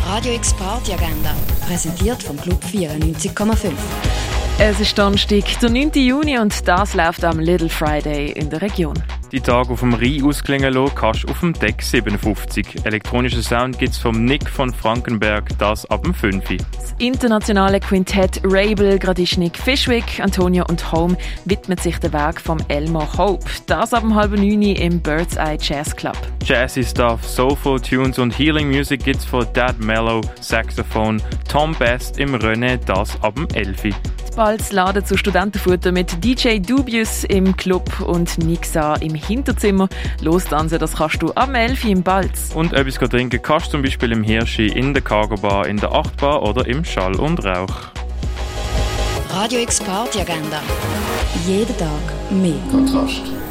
Radio X Party Agenda, präsentiert vom Club 94,5. Es ist Donnerstag, der 9. Juni und das läuft am Little Friday in der Region. Die Tage auf dem Rhein ausklingen lassen kannst du auf dem Deck 57. Elektronischer Sound gibt's vom Nick von Frankenberg, das ab dem 5. Das internationale Quintett Rabel, Gradischnik, Fishwick, Antonio und Home widmet sich dem Werk von Elmo Hope. Das ab dem 8:30 im Bird's Eye Jazz Club. Jazzy Stuff, Soulful Tunes und Healing Music gibt's von Dad Mellow, Saxophone, Tom Best im René, das ab dem 11. Bald laden zu Studentenfutter mit DJ Dubious im Club und Nixa im Hinterzimmer. Lostanzen, das kannst du am 11 im Balz. Und etwas trinken kannst du zum Beispiel im Hirschi, in der Cargo Bar, in der 8 Bar oder im Schall und Rauch. Radio X Party Agenda. Jeden Tag mehr. Kontrast.